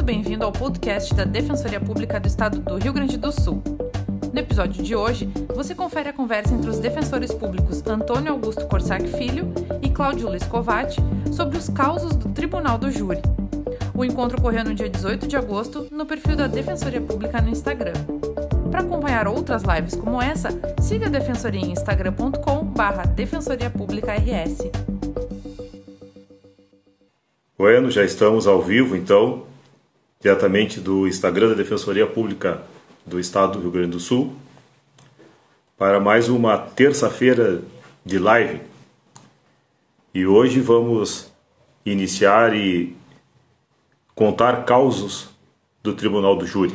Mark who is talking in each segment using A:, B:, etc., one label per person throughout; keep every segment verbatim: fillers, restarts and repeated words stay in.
A: bem-vindo ao podcast da Defensoria Pública do Estado do Rio Grande do Sul. No episódio de hoje, você confere a conversa entre os defensores públicos Antônio Augusto Corsac Filho e Cláudio Luiz Covatti sobre os causos do Tribunal do Júri. O encontro ocorreu no dia dezoito de agosto no perfil da Defensoria Pública no Instagram. Para acompanhar outras lives como essa, siga a Defensoria em instagram ponto com barra defensoria pública r s.
B: Bueno, já estamos ao vivo, então, diretamente do Instagram da Defensoria Pública do Estado do Rio Grande do Sul, para mais uma terça-feira de live. E hoje vamos iniciar e contar causos do Tribunal do Júri.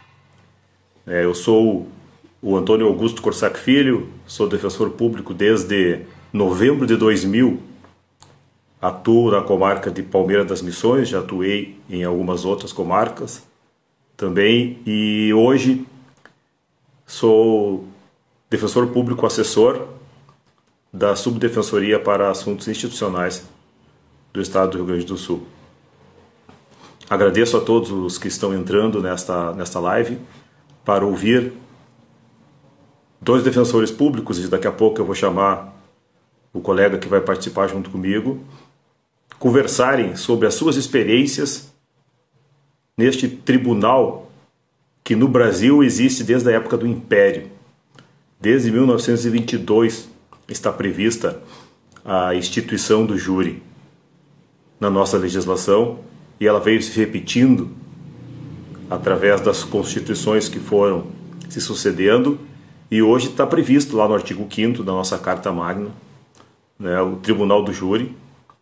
B: É, eu sou o Antônio Augusto Corsac Filho, sou defensor público desde novembro de dois mil. Atuo na comarca de Palmeira das Missões, já atuei em algumas outras comarcas também, e hoje sou defensor público assessor da Subdefensoria para Assuntos Institucionais do Estado do Rio Grande do Sul. Agradeço a todos os que estão entrando nesta, nesta live para ouvir dois defensores públicos, e daqui a pouco eu vou chamar o colega que vai participar junto comigo, conversarem sobre as suas experiências neste tribunal que no Brasil existe desde a época do Império. Desde mil novecentos e vinte e dois está prevista a instituição do júri na nossa legislação, e ela veio se repetindo através das constituições que foram se sucedendo, e hoje está previsto lá no artigo quinto da nossa Carta Magna, né, o Tribunal do Júri,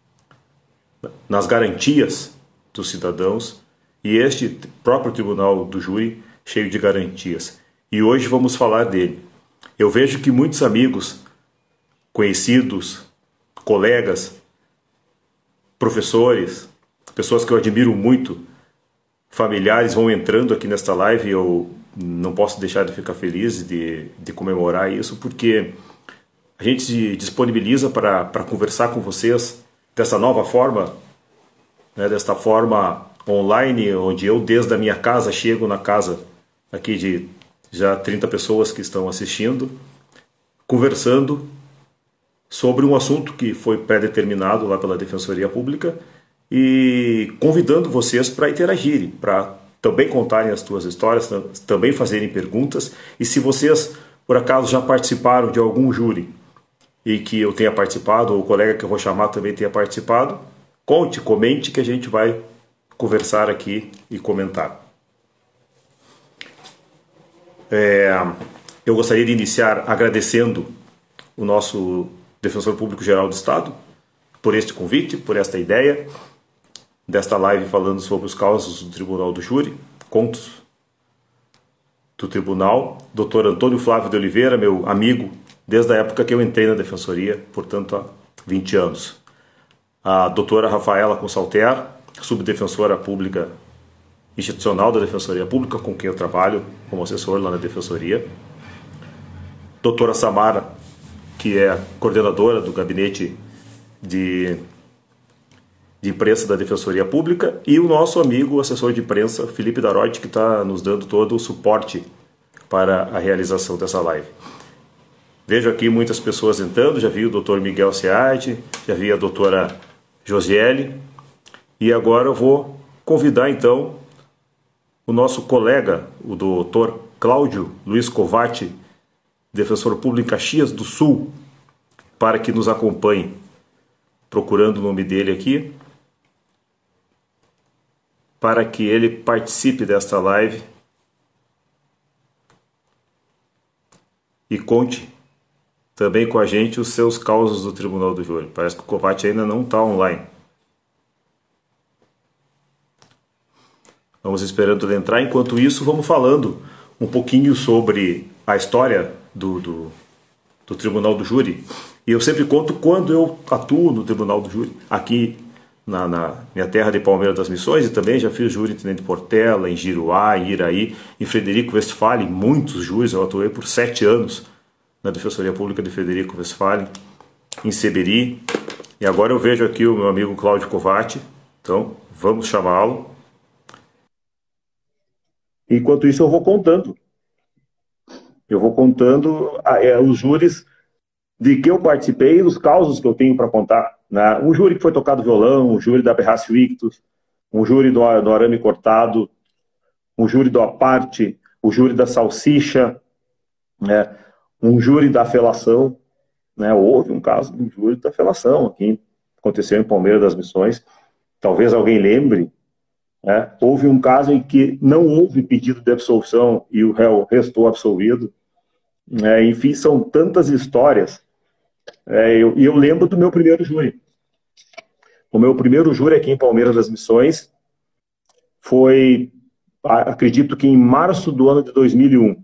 B: nas garantias dos cidadãos, e este próprio Tribunal do Júri cheio de garantias. E hoje vamos falar dele. Eu vejo que muitos amigos, conhecidos, colegas, professores, pessoas que eu admiro muito, familiares vão entrando aqui nesta live, e eu não posso deixar de ficar feliz de, de comemorar isso, porque a gente se disponibiliza para, para conversar com vocês dessa nova forma, né, desta forma online, onde eu desde a minha casa chego na casa aqui de já trinta pessoas que estão assistindo, conversando sobre um assunto que foi pré-determinado lá pela Defensoria Pública, e convidando vocês para interagirem, para também contarem as suas histórias, também fazerem perguntas. E se vocês, por acaso, já participaram de algum júri e que eu tenha participado, ou o colega que eu vou chamar também tenha participado, conte, comente, que a gente vai conversar aqui e comentar. É, eu gostaria de iniciar agradecendo o nosso Defensor Público Geral do Estado por este convite, por esta ideia desta live falando sobre os causos do Tribunal do Júri, contos do Tribunal. doutor Antônio Flávio de Oliveira, meu amigo desde a época que eu entrei na Defensoria, portanto há vinte anos. A doutora Rafaela Consalter, subdefensora pública institucional da Defensoria Pública, com quem eu trabalho como assessor lá na Defensoria. Doutora Samara, que é coordenadora do gabinete de, de imprensa da Defensoria Pública, e o nosso amigo assessor de imprensa, Felipe Darotti, que está nos dando todo o suporte para a realização dessa live. Vejo aqui muitas pessoas entrando, já vi o doutor Miguel Seade, já vi a doutora Josiele, e agora eu vou convidar então o nosso colega, o doutor Cláudio Luiz Covatti, defensor público em Caxias do Sul, para que nos acompanhe, procurando o nome dele aqui, para que ele participe desta live e conte também com a gente os seus causos do Tribunal do Júri. Parece que o Covatti ainda não está online. Vamos esperando ele entrar. Enquanto isso, vamos falando um pouquinho sobre a história do, do, do Tribunal do Júri. E eu sempre conto quando eu atuo no Tribunal do Júri, aqui na, na minha terra de Palmeira das Missões, e também já fiz júri em Tenente Portela, em Giruá, em Iraí, em Frederico Westphalen, muitos júris. Eu atuei por sete anos na Defensoria Pública de Frederico Westphalen, em Seberi, e agora eu vejo aqui o meu amigo Cláudio Covatti, então vamos chamá-lo. Enquanto isso, eu vou contando. Eu vou contando é, os júris de que eu participei e os causos que eu tenho para contar. Né? Um júri que foi tocado violão, um júri da Aberratio Ictus, um júri do, do arame cortado, um júri do aparte, o júri da salsicha, né? Um júri da felação. Né? Houve um caso de um júri da felação aqui, aconteceu em Palmeiras das Missões. Talvez alguém lembre. Né? Houve um caso em que não houve pedido de absolvição e o réu restou absolvido. É, enfim, são tantas histórias. É, eu, e eu lembro do meu primeiro júri. O meu primeiro júri aqui em Palmeiras das Missões foi, acredito que em março do ano de dois mil e um.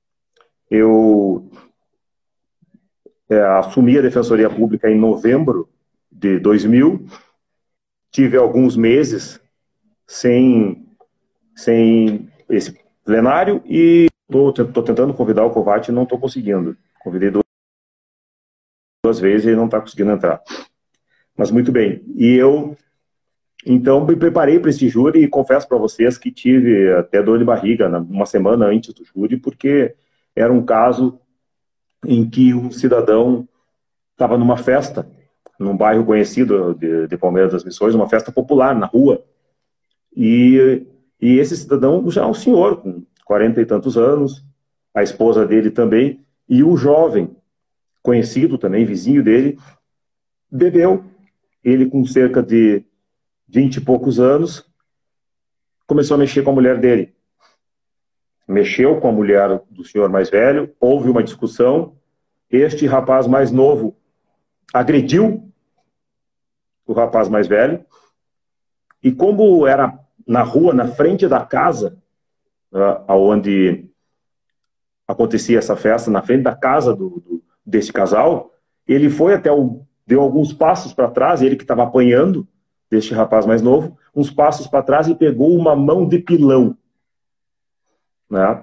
B: Eu é, assumi a Defensoria Pública em novembro de dois mil. Tive alguns meses sem, sem esse plenário e estou tentando convidar o Kovács e não estou conseguindo. Convidei duas, duas vezes e ele não está conseguindo entrar. Mas muito bem. E eu, então, me preparei para esse júri e confesso para vocês que tive até dor de barriga uma semana antes do júri, porque era um caso em que um cidadão estava numa festa, num bairro conhecido de, de Palmeiras das Missões, uma festa popular na rua. E, e esse cidadão já é um senhor, com quarenta e tantos anos, a esposa dele também, e o jovem, conhecido também, vizinho dele, bebeu. Ele, com cerca de vinte e poucos anos, começou a mexer com a mulher dele. Mexeu com a mulher do senhor mais velho, houve uma discussão, este rapaz mais novo agrediu o rapaz mais velho, e como era na rua, na frente da casa, onde acontecia essa festa, na frente da casa do, do, desse casal, ele foi até o, deu alguns passos para trás, ele que estava apanhando deste rapaz mais novo, uns passos para trás e pegou uma mão de pilão. Né?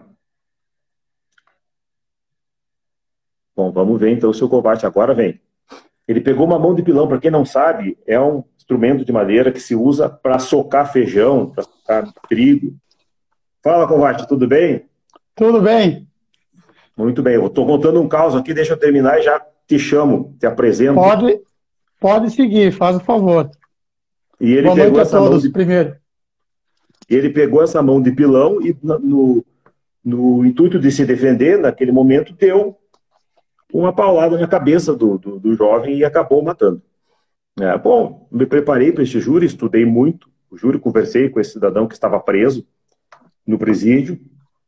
B: Bom, vamos ver então o seu Kovács, agora vem. Ele pegou uma mão de pilão, para quem não sabe, é um instrumento de madeira que se usa para socar feijão, para socar trigo. Fala, Kovács, tudo bem?
C: Tudo bem.
B: Muito bem, eu estou contando um caos aqui, deixa eu terminar e já te chamo, te apresento.
C: Pode, pode seguir, faz o favor.
B: E ele
C: Boa
B: pegou
C: noite a
B: essa
C: todos,
B: mão de...
C: primeiro.
B: Ele pegou essa mão de pilão e, no, no intuito de se defender, naquele momento, deu uma paulada na cabeça do, do, do jovem e acabou matando. É, bom, me preparei para este júri, estudei muito o júri, conversei com esse cidadão que estava preso no presídio,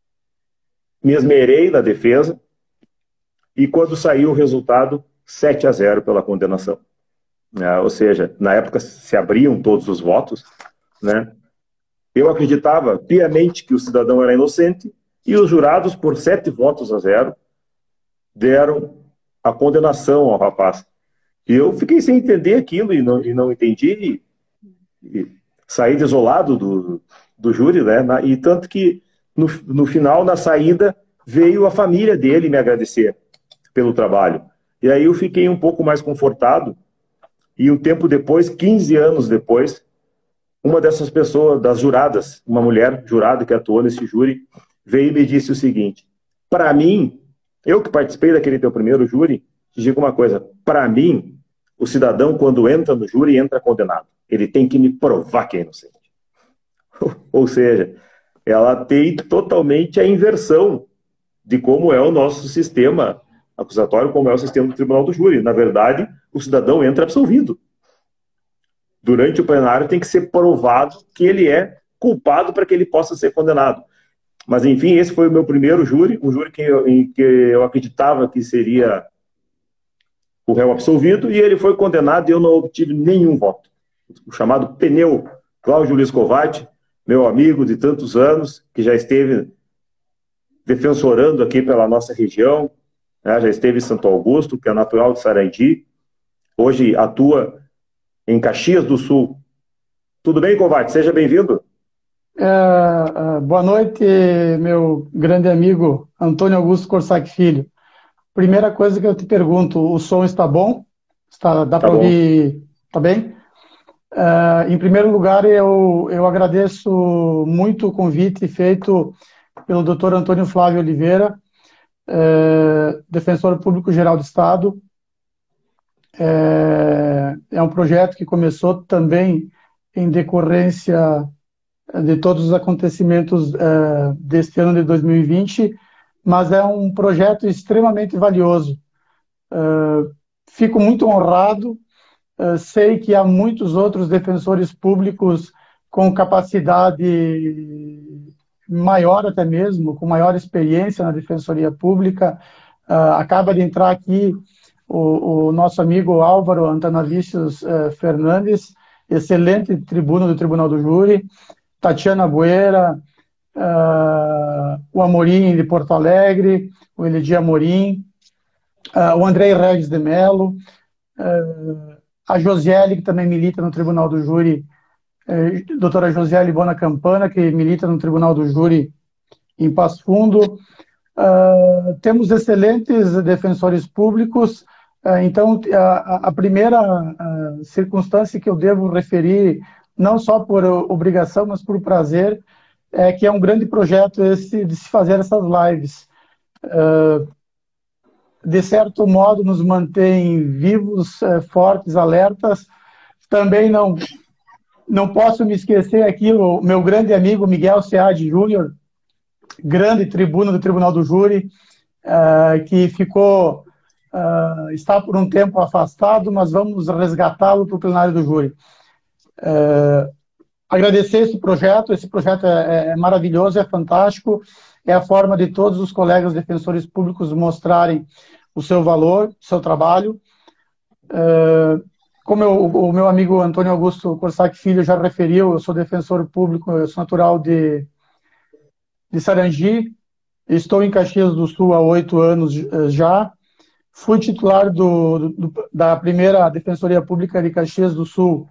B: me esmerei na defesa e quando saiu o resultado, sete a zero pela condenação. É, ou seja, na época se abriam todos os votos, né? Eu acreditava piamente que o cidadão era inocente e os jurados, por sete votos a zero, deram a condenação ao rapaz. E eu fiquei sem entender aquilo e não, e não entendi e, e saí desolado do, do júri, né? E tanto que no, no final, na saída, veio a família dele me agradecer pelo trabalho. E aí eu fiquei um pouco mais confortado e um tempo depois, quinze anos depois, uma dessas pessoas, das juradas, uma mulher jurada que atuou nesse júri, veio e me disse o seguinte: para mim, eu que participei daquele teu primeiro júri, te digo uma coisa, para mim, o cidadão, quando entra no júri, entra condenado. Ele tem que me provar que é inocente. Ou seja, ela tem totalmente a inversão de como é o nosso sistema acusatório, como é o sistema do Tribunal do Júri. Na verdade, o cidadão entra absolvido. Durante o plenário tem que ser provado que ele é culpado para que ele possa ser condenado. Mas, enfim, esse foi o meu primeiro júri, um júri que eu, em que eu acreditava que seria o réu absolvido, e ele foi condenado e eu não obtive nenhum voto. O chamado pneu Cláudio Luiz Kovács, meu amigo de tantos anos, que já esteve defensorando aqui pela nossa região, né, já esteve em Santo Augusto, que é natural de Sarandi, hoje atua em Caxias do Sul. Tudo bem, Kovács? Seja bem-vindo.
C: É, é, boa noite, meu grande amigo Antônio Augusto Corsac Filho. Primeira coisa que eu te pergunto, o som está bom? Está, dá
B: Tá
C: para
B: bom.
C: ouvir? Tá bem? É, em primeiro lugar, eu, eu agradeço muito o convite feito pelo doutor Antônio Flávio Oliveira, é, defensor público-geral do Estado. É, é um projeto que começou também em decorrência de todos os acontecimentos é, deste ano de dois mil e vinte, mas é um projeto extremamente valioso. É, fico muito honrado, é, sei que há muitos outros defensores públicos com capacidade maior até mesmo, com maior experiência na defensoria pública. É, acaba de entrar aqui o, o nosso amigo Álvaro Antanavicius é, Fernandes, excelente tribuno do Tribunal do Júri, Tatiana Bueira, uh, o Amorim de Porto Alegre, o Elidi Amorim, uh, o Andrei Regis de Mello, uh, a Josiele, que também milita no Tribunal do Júri, uh, doutora Josiele Bona Campana, que milita no Tribunal do Júri em Passo Fundo. Uh, temos excelentes defensores públicos. Uh, então, a, a primeira uh, circunstância que eu devo referir, não só por obrigação, mas por prazer, é que é um grande projeto esse de se fazer essas lives. Uh, de certo modo, nos mantém vivos, uh, fortes, alertas. Também não, não posso me esquecer aqui o meu grande amigo Miguel Seade Júnior, grande tribuno do Tribunal do Júri, uh, que ficou, uh, está por um tempo afastado, mas vamos resgatá-lo para o plenário do Júri. Uh, agradecer esse projeto, esse projeto é, é maravilhoso, é fantástico, é a forma de todos os colegas defensores públicos mostrarem o seu valor, o seu trabalho. Uh, como eu, o meu amigo Antônio Augusto Corsac Filho já referiu, eu sou defensor público, eu sou natural de, de Sarangi, estou em Caxias do Sul há oito anos já, fui titular do, do, da primeira Defensoria Pública de Caxias do Sul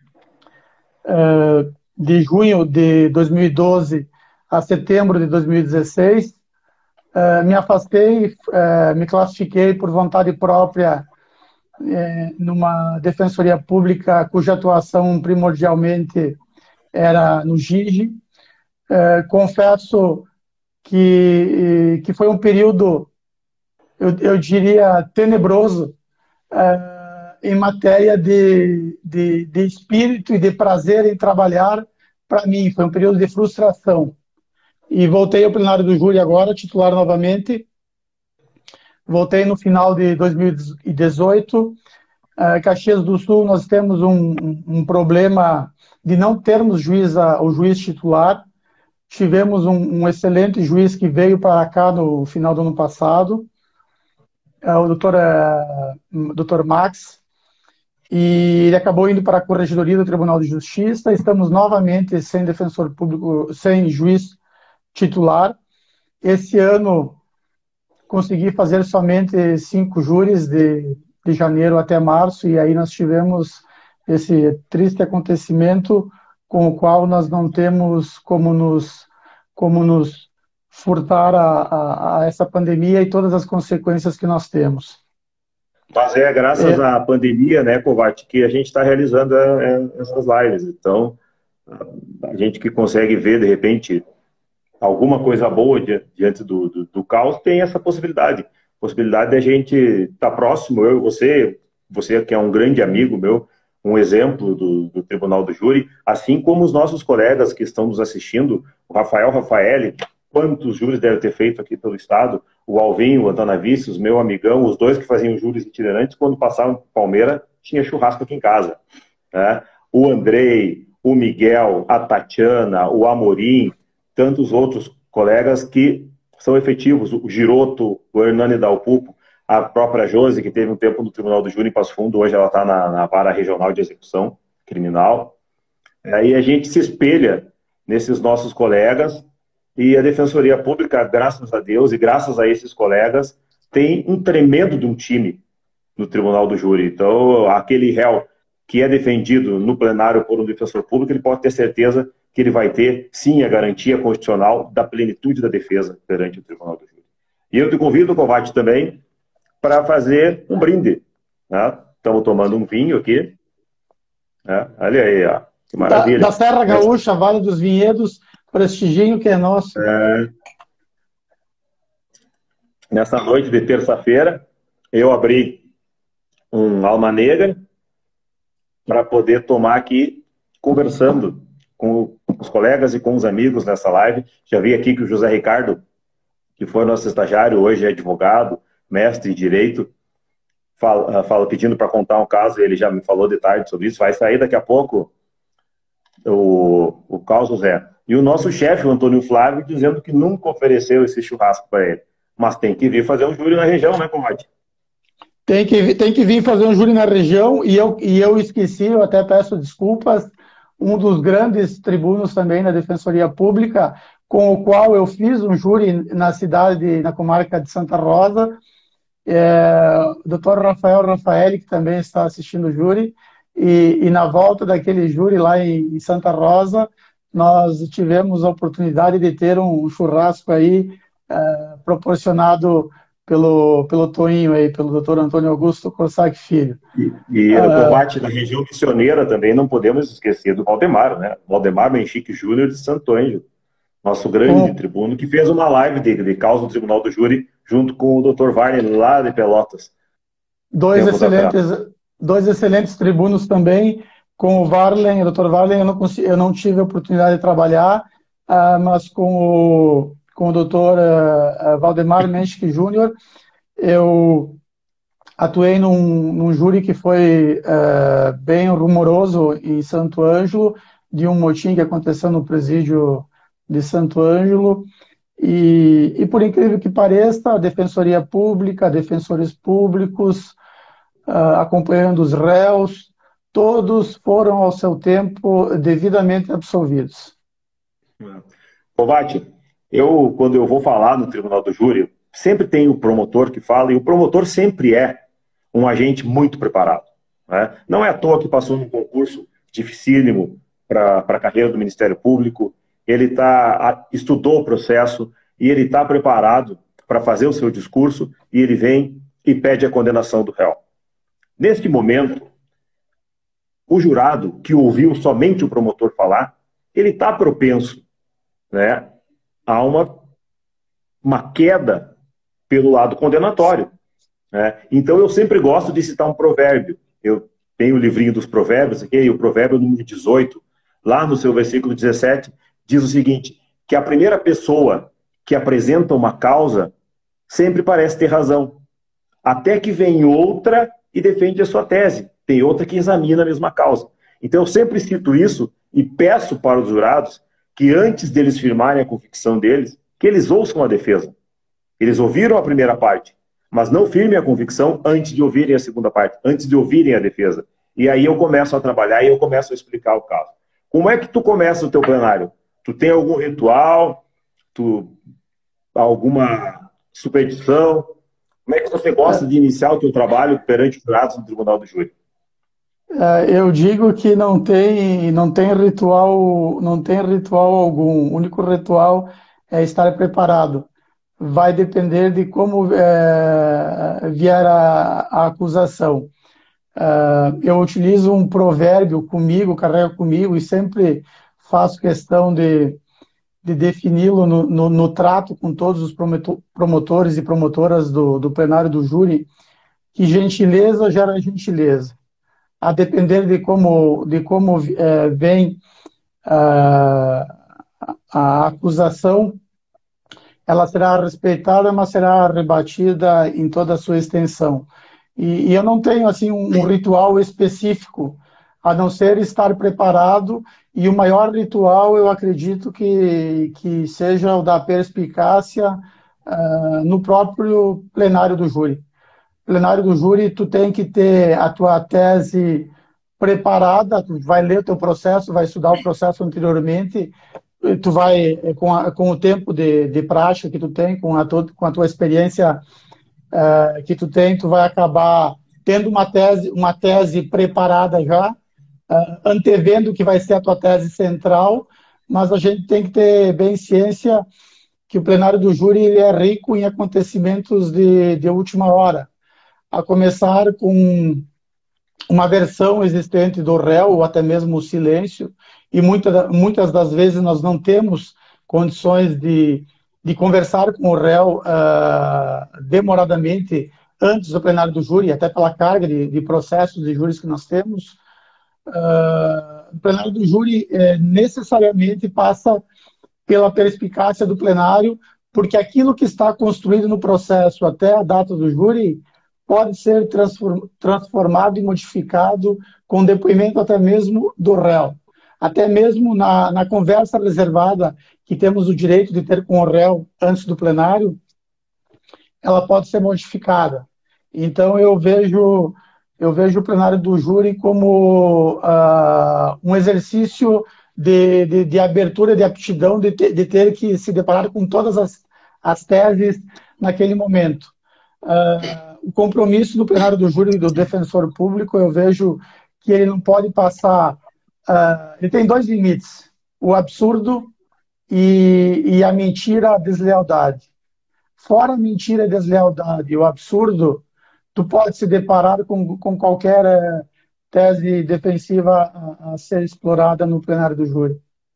C: Uh, de junho de dois mil e doze a setembro de dois mil e dezesseis. Uh, me afastei, uh, me classifiquei por vontade própria uh, numa defensoria pública cuja atuação primordialmente era no G I G. Uh, confesso que, que foi um período, eu, eu diria, tenebroso, uh, em matéria de, de, de espírito e de prazer em trabalhar. Para mim, foi um período de frustração. E voltei ao plenário do Júri agora, titular novamente. Voltei no final de dois mil e dezoito. Uh, Caxias do Sul, nós temos um, um, um problema de não termos juiz, o juiz titular. Tivemos um, um excelente juiz que veio para cá no final do ano passado, uh, o doutor, uh, doutor Max, e ele acabou indo para a Corregedoria do Tribunal de Justiça. Estamos novamente sem defensor público, sem juiz titular. Esse ano consegui fazer somente cinco júris de, de janeiro até março, e aí nós tivemos esse triste acontecimento com o qual nós não temos como nos, como nos furtar a, a, a essa pandemia e todas as consequências que nós temos.
B: Mas é graças é. à pandemia, né, Kovac, que a gente está realizando é, essas lives. Então, a gente que consegue ver, de repente, alguma coisa boa diante do, do, do caos, tem essa possibilidade. Possibilidade de a gente estar tá próximo, eu e você, você que é um grande amigo meu, um exemplo do, do Tribunal do Júri, assim como os nossos colegas que estão nos assistindo, o Rafael Rafaeli, quantos júris deve ter feito aqui pelo Estado, o Alvinho, o Antanavicius, meu amigão, os dois que faziam júris itinerantes, quando passavam por Palmeira, tinha churrasco aqui em casa. Né? O Andrei, o Miguel, a Tatiana, o Amorim, tantos outros colegas que são efetivos, o Giroto, o Hernani Dalpupo, a própria Josi, que teve um tempo no Tribunal do Júri em Passo Fundo, hoje ela está na, na Vara Regional de Execução Criminal. Aí a gente se espelha nesses nossos colegas. E a Defensoria Pública, graças a Deus e graças a esses colegas, tem um tremendo de um time no Tribunal do Júri. Então, aquele réu que é defendido no plenário por um defensor público, ele pode ter certeza que ele vai ter, sim, a garantia constitucional da plenitude da defesa perante o Tribunal do Júri. E eu te convido, Kovac, também, para fazer um brinde. Né? Estamos tomando um vinho aqui. Né? Olha aí, ó, que maravilha.
C: Da, da Serra Gaúcha, Vale dos Vinhedos, prestiginho que é nosso.
B: É, nessa noite de terça-feira, eu abri um Alma Negra para poder tomar aqui, conversando com os colegas e com os amigos nessa live. Já vi aqui que o José Ricardo, que foi nosso estagiário, hoje é advogado, mestre em Direito, fala, fala pedindo para contar um caso, ele já me falou de tarde sobre isso, vai sair daqui a pouco o, o caso, Zé. E o nosso chefe, o Antônio Flávio, dizendo que nunca ofereceu esse churrasco para ele. Mas tem que vir fazer um júri na região, né, comadre?
C: Tem que, tem que vir fazer um júri na região, e eu, e eu esqueci, eu até peço desculpas, um dos grandes tribunos também na Defensoria Pública, com o qual eu fiz um júri na cidade, na comarca de Santa Rosa, é, o doutor Rafael Rafaeli, que também está assistindo o júri, e, e na volta daquele júri lá em, em Santa Rosa, nós tivemos a oportunidade de ter um churrasco aí, é, proporcionado pelo, pelo Toinho aí, pelo doutor Antônio Augusto Corsac Filho.
B: E, e uh, o combate da região missioneira também, não podemos esquecer do Valdemar, né? Valdemar Menchique Júnior de Santo Ângelo, nosso grande com... tribuno, que fez uma live de, de causa no Tribunal do Júri, junto com o doutor Wagner, lá de Pelotas.
C: Dois excelentes, dois excelentes tribunos também, com o Varlen, o doutor Varlen, eu não, consegui, eu não tive a oportunidade de trabalhar, uh, mas com o, com o doutor uh, Valdemar Menchique Júnior, eu atuei num, num júri que foi uh, bem rumoroso em Santo Ângelo, de um motim que aconteceu no presídio de Santo Ângelo, e, e por incrível que pareça, a Defensoria Pública, defensores públicos, uh, acompanhando os réus, todos foram ao seu tempo devidamente absolvidos.
B: Kovács, eu, quando eu vou falar no Tribunal do Júri, sempre tem o promotor que fala, e o promotor sempre é um agente muito preparado, né? Não é à toa que passou num concurso dificílimo para a carreira do Ministério Público, ele tá, estudou o processo e ele está preparado para fazer o seu discurso, e ele vem e pede a condenação do réu. Neste momento, o jurado que ouviu somente o promotor falar, ele está propenso, né, a uma, uma queda pelo lado condenatório, né? Então eu sempre gosto de citar um provérbio. Eu tenho o livrinho dos provérbios aqui, e o provérbio número dezoito, lá no seu versículo dezessete, diz o seguinte, que a primeira pessoa que apresenta uma causa sempre parece ter razão, até que vem outra e defende a sua tese. Tem outra que examina a mesma causa. Então eu sempre cito isso e peço para os jurados que antes deles firmarem a convicção deles, que eles ouçam a defesa. Eles ouviram a primeira parte, mas não firmem a convicção antes de ouvirem a segunda parte, antes de ouvirem a defesa. E aí eu começo a trabalhar e eu começo a explicar o caso. Como é que tu começa o teu plenário? Tu tem algum ritual? Tu, alguma superstição? Como é que você gosta de iniciar o teu trabalho perante os jurados no Tribunal do Júri?
C: Eu digo que não tem, não tem ritual, não tem ritual algum. O único ritual é estar preparado. Vai depender de como é, vier a, a acusação. Uh, eu utilizo um provérbio comigo, carrego comigo, e sempre faço questão de, de defini-lo no, no, no trato com todos os promotores e promotoras do, do plenário do júri, que gentileza gera gentileza. A depender de como, de como é, vem uh, a acusação, ela será respeitada, mas será rebatida em toda a sua extensão. E, e eu não tenho assim um, um ritual específico, a não ser estar preparado, e o maior ritual eu acredito que, que seja o da perspicácia uh, no próprio plenário do júri. Plenário do júri, tu tem que ter a tua tese preparada, tu vai ler o teu processo, vai estudar o processo anteriormente, tu vai, com, a, com o tempo de, de prática que tu tem, com a, com a tua experiência uh, que tu tem, tu vai acabar tendo uma tese, uma tese preparada já, uh, antevendo que vai ser a tua tese central, mas a gente tem que ter bem ciência que o plenário do júri ele é rico em acontecimentos de, de última hora, a começar com uma versão existente do réu, ou até mesmo o silêncio, e muita, muitas das vezes nós não temos condições de, de conversar com o réu uh, demoradamente antes do plenário do júri, até pela carga de, de processos de júris que nós temos. Uh, o plenário do júri eh, necessariamente passa pela perspicácia do plenário, porque aquilo que está construído no processo até a data do júri pode ser transformado e modificado com depoimento até mesmo do réu. Até mesmo na, na conversa reservada que temos o direito de ter com o réu antes do plenário, ela pode ser modificada. Então eu vejo, eu vejo o plenário do júri como uh, um exercício de, de, de abertura, de aptidão, de, te, de ter que se deparar com todas as, as teses naquele momento. Uh, o compromisso do plenário do júri e do defensor público, eu vejo que ele não pode passar... Uh, ele tem dois limites, o absurdo e, e a mentira, a deslealdade. Fora a mentira, a deslealdade e o absurdo, tu pode se deparar com, com qualquer uh, tese defensiva a, a ser explorada no plenário do júri.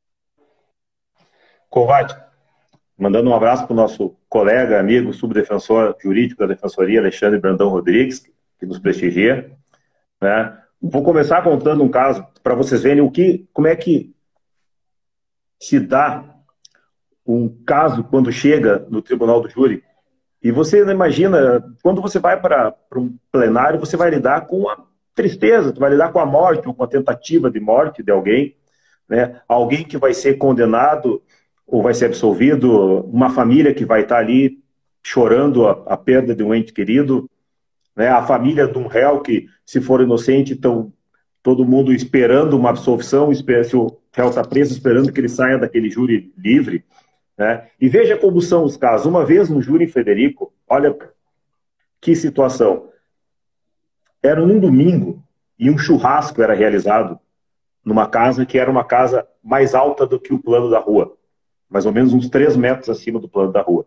B: Kovács, mandando um abraço para o nosso colega, amigo, subdefensor jurídico da Defensoria, Alexandre Brandão Rodrigues, que nos prestigia, né? Vou começar contando um caso para vocês verem o que, como é que se dá um caso quando chega no tribunal do júri. E você não imagina, quando você vai para um plenário, você vai lidar com a tristeza, você vai lidar com a morte ou com a tentativa de morte de alguém, né? Alguém que vai ser condenado ou vai ser absolvido, uma família que vai estar ali chorando a, a perda de um ente querido, né? A família de um réu que, se for inocente, estão todo mundo esperando uma absolvição, se o réu está preso, esperando que ele saia daquele júri livre, né? E veja como são os casos. Uma vez no júri Frederico, olha que situação. Era num domingo e um churrasco era realizado numa casa que era uma casa mais alta do que o plano da rua, mais ou menos uns três metros acima do plano da rua.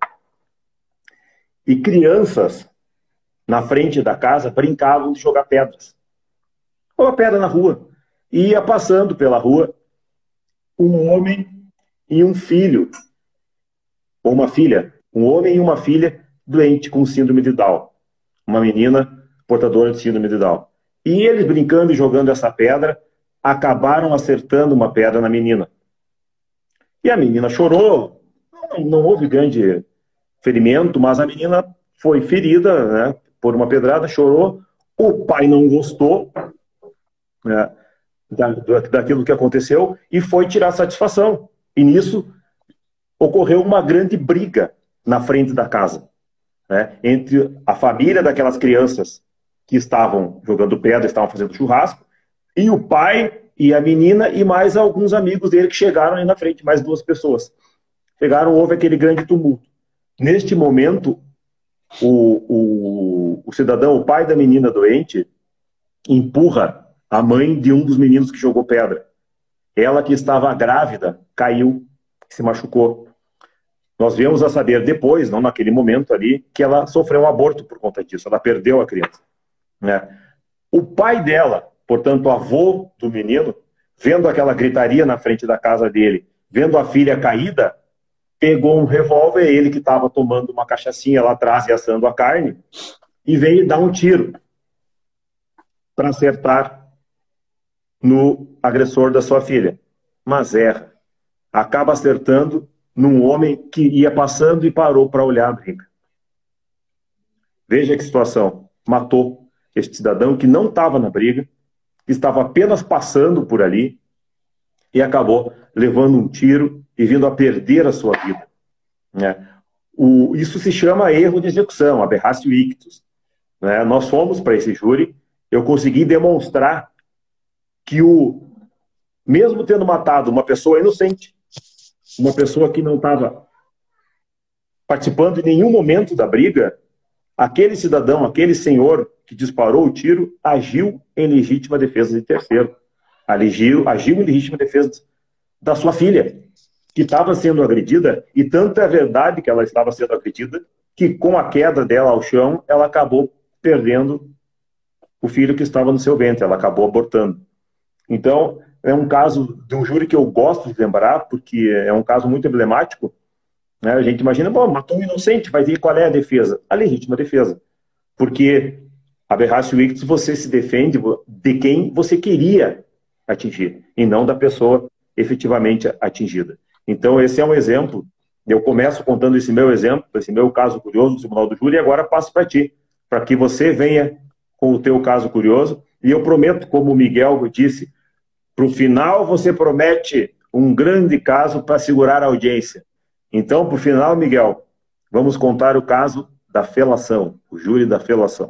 B: E crianças na frente da casa brincavam de jogar pedras. Uma pedra na rua. E ia passando pela rua um homem e um filho, ou uma filha, um homem e uma filha doente com síndrome de Down. Uma menina portadora de síndrome de Down. E eles brincando e jogando essa pedra, acabaram acertando uma pedra na menina. E a menina chorou, não, não houve grande ferimento, mas a menina foi ferida, né, por uma pedrada, chorou. O pai não gostou, né, da, daquilo que aconteceu e foi tirar satisfação. E nisso ocorreu uma grande briga na frente da casa, né, entre a família daquelas crianças que estavam jogando pedra, estavam fazendo churrasco, e o pai e a menina e mais alguns amigos dele que chegaram aí na frente, mais duas pessoas. Chegaram, houve aquele grande tumulto. Neste momento, o, o, o cidadão, o pai da menina doente, empurra a mãe de um dos meninos que jogou pedra. Ela, que estava grávida, caiu, se machucou. Nós viemos a saber depois, não naquele momento ali, que ela sofreu um aborto por conta disso. Ela perdeu a criança, né? O pai dela, portanto, o avô do menino, vendo aquela gritaria na frente da casa dele, vendo a filha caída, pegou um revólver, ele que estava tomando uma cachaçinha lá atrás e assando a carne, e veio dar um tiro para acertar no agressor da sua filha. Mas erra. Acaba acertando num homem que ia passando e parou para olhar a briga. Veja que situação. Matou este cidadão que não estava na briga, que estava apenas passando por ali e acabou levando um tiro e vindo a perder a sua vida, né? O, isso se chama erro de execução, aberratio ictus, né? Nós fomos para esse júri, eu consegui demonstrar que o, mesmo tendo matado uma pessoa inocente, uma pessoa que não estava participando em nenhum momento da briga, aquele cidadão, aquele senhor que disparou o tiro, agiu em legítima defesa de terceiro. Agiu, agiu em legítima defesa da sua filha, que estava sendo agredida, e tanto é verdade que ela estava sendo agredida, que com a queda dela ao chão, ela acabou perdendo o filho que estava no seu ventre, ela acabou abortando. Então, é um caso de um júri que eu gosto de lembrar, porque é um caso muito emblemático, Né? A gente imagina, bom, matou um inocente, vai ver qual é a defesa. A legítima defesa. Porque a Aberratio Ictus você se defende de quem você queria atingir, e não da pessoa efetivamente atingida. Então, esse é um exemplo. Eu começo contando esse meu exemplo, esse meu caso curioso do Tribunal do Júri, e agora passo para ti, para que você venha com o teu caso curioso. E eu prometo, como o Miguel disse, para o final você promete um grande caso para segurar a audiência. Então, para o final, Miguel, vamos contar o caso da felação, o júri da felação.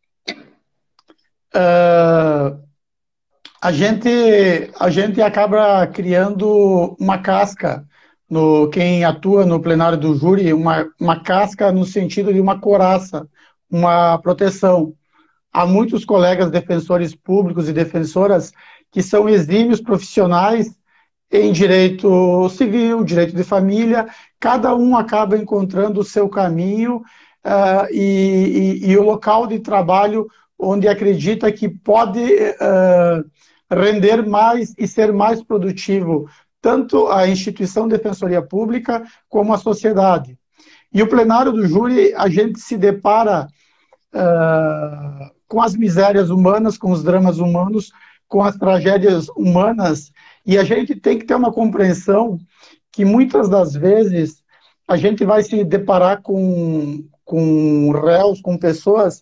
C: Uh, a gente, a gente acaba criando uma casca, no, quem atua no plenário do júri, uma, uma casca no sentido de uma couraça, uma proteção. Há muitos colegas defensores públicos e defensoras que são exímios profissionais em direito civil, direito de família, cada um acaba encontrando o seu caminho uh, e, e, e o local de trabalho onde acredita que pode uh, render mais e ser mais produtivo, tanto a instituição de defensoria pública como a sociedade. E o plenário do júri, a gente se depara uh, com as misérias humanas, com os dramas humanos, com as tragédias humanas, e a gente tem que ter uma compreensão que muitas das vezes a gente vai se deparar com, com réus, com pessoas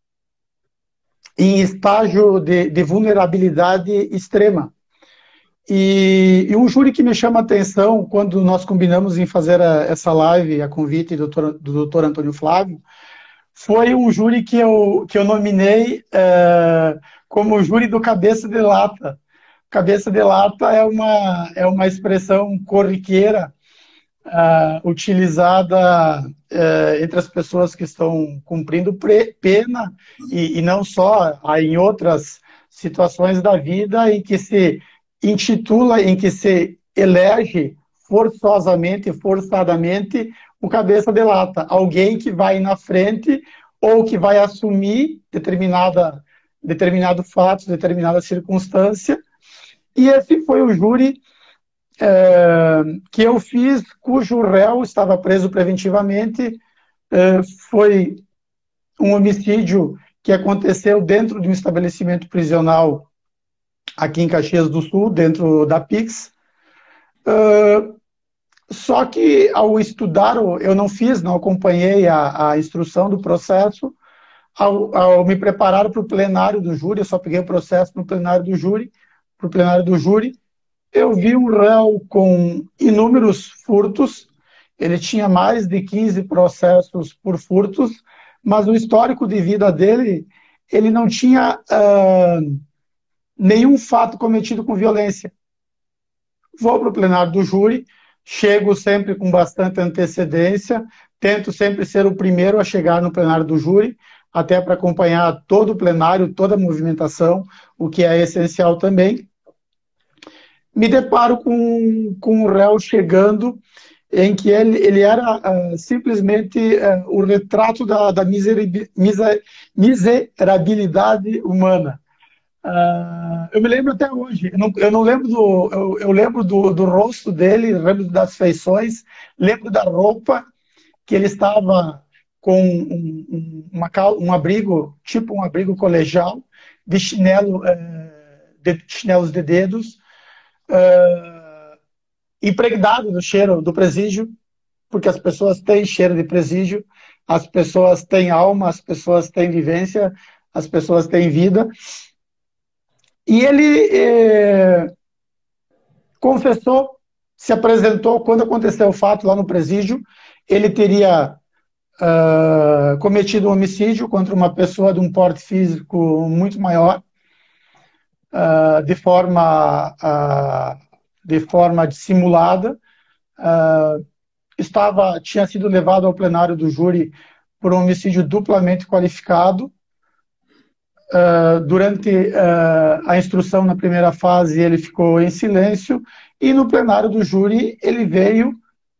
C: em estágio de, de vulnerabilidade extrema. E, e um júri que me chama a atenção, quando nós combinamos em fazer a, essa live, a convite do doutor, do doutor Antônio Flávio, foi um júri que eu, que eu nominei é, como júri do cabeça de lata. Cabeça de lata é uma, é uma expressão corriqueira uh, utilizada uh, entre as pessoas que estão cumprindo pre, pena e, e não só, há em outras situações da vida em que se intitula, em que se elege forçosamente, forçadamente, o cabeça de lata. Alguém que vai na frente ou que vai assumir determinada, determinado fato, determinada circunstância. E esse foi o júri é, que eu fiz, cujo réu estava preso preventivamente. É, foi um homicídio que aconteceu dentro de um estabelecimento prisional aqui em Caxias do Sul, dentro da Pix. É, só que ao estudar, eu não fiz, não acompanhei a, a instrução do processo. Ao, ao me preparar para o plenário do júri, eu só peguei o processo no plenário do júri, para o plenário do júri, eu vi um réu com inúmeros furtos, ele tinha mais de quinze processos por furtos, mas no histórico de vida dele, ele não tinha uh, nenhum fato cometido com violência. Vou para o plenário do júri, chego sempre com bastante antecedência, tento sempre ser o primeiro a chegar no plenário do júri, até para acompanhar todo o plenário, toda a movimentação, o que é essencial também. Me deparo com, com o réu chegando, em que ele, ele era uh, simplesmente uh, o retrato da, da miser, miser, miserabilidade humana. Uh, eu me lembro até hoje, eu não, eu não lembro do, eu, eu lembro do, do rosto dele, lembro das feições, lembro da roupa, que ele estava com um, um, uma, um abrigo, tipo um abrigo colegial, de chinelo, uh, de chinelos de dedos, Uh, impregnado do cheiro do presídio, porque as pessoas têm cheiro de presídio, as pessoas têm alma, as pessoas têm vivência, as pessoas têm vida. E ele eh, confessou, se apresentou, quando aconteceu o fato lá no presídio, ele teria uh, cometido um homicídio contra uma pessoa de um porte físico muito maior, Uh, de forma uh, de forma dissimulada, uh, estava, tinha sido levado ao plenário do júri por um homicídio duplamente qualificado. Uh, durante uh, a instrução na primeira fase ele ficou em silêncio e no plenário do júri ele veio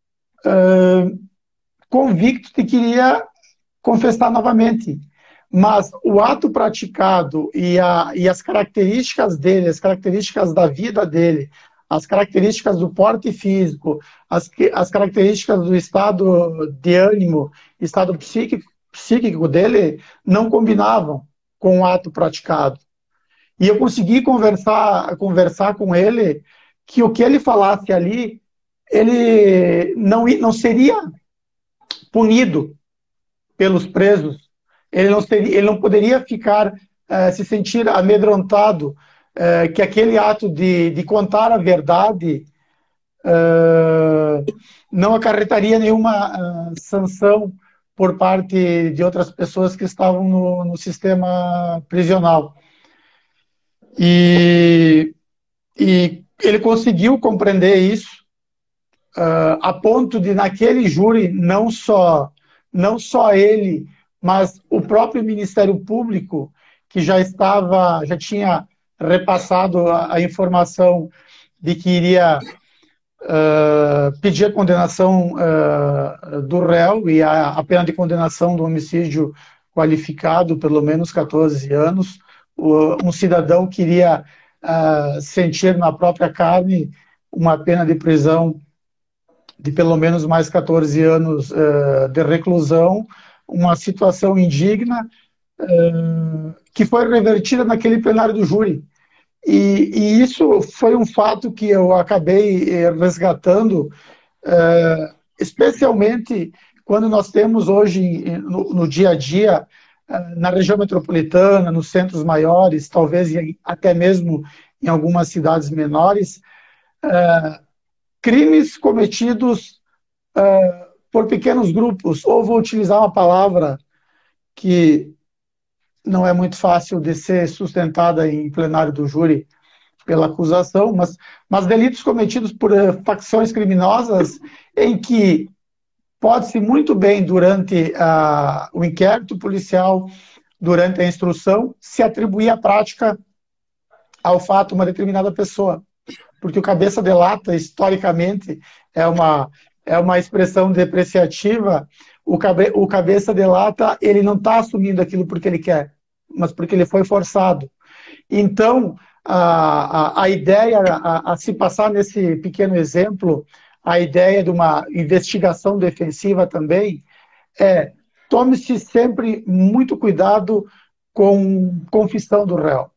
C: uh, convicto de que iria confessar novamente. Mas o ato praticado e, a, e as características dele, as características da vida dele, as características do porte físico, as, as características do estado de ânimo, estado psíquico, psíquico dele não combinavam com o ato praticado. E eu consegui conversar, conversar com ele que o que ele falasse ali, ele não, não seria punido pelos presos, ele não, seria, ele não poderia ficar, uh, se sentir amedrontado, uh, que aquele ato de, de contar a verdade uh, não acarretaria nenhuma uh, sanção por parte de outras pessoas que estavam no, no sistema prisional. E, e ele conseguiu compreender isso, uh, a ponto de, naquele júri, não só, não só ele, mas o próprio Ministério Público, que já estava, já tinha repassado a, a informação de que iria uh, pedir a condenação uh, do réu e a, a pena de condenação do homicídio qualificado, pelo menos catorze anos. Um cidadão queria uh, sentir na própria carne uma pena de prisão de pelo menos mais catorze anos uh, de reclusão, uma situação indigna uh, que foi revertida naquele plenário do júri. E, e isso foi um fato que eu acabei eh, resgatando, uh, especialmente quando nós temos hoje, no, no dia a dia, na região metropolitana, nos centros maiores, talvez até mesmo em algumas cidades menores, uh, crimes cometidos uh, por pequenos grupos, ou vou utilizar uma palavra que não é muito fácil de ser sustentada em plenário do júri pela acusação, mas, mas delitos cometidos por uh, facções criminosas em que pode-se muito bem, durante uh, o inquérito policial, durante a instrução, se atribuir a prática ao fato uma determinada pessoa. Porque o cabeça de lata, historicamente, é uma, é uma expressão depreciativa. O, cabe, o cabeça de lata, ele não está assumindo aquilo porque ele quer, mas porque ele foi forçado. Então, a, a, a ideia a, a se passar nesse pequeno exemplo, a ideia de uma investigação defensiva também é: tome-se sempre muito cuidado com confissão do réu.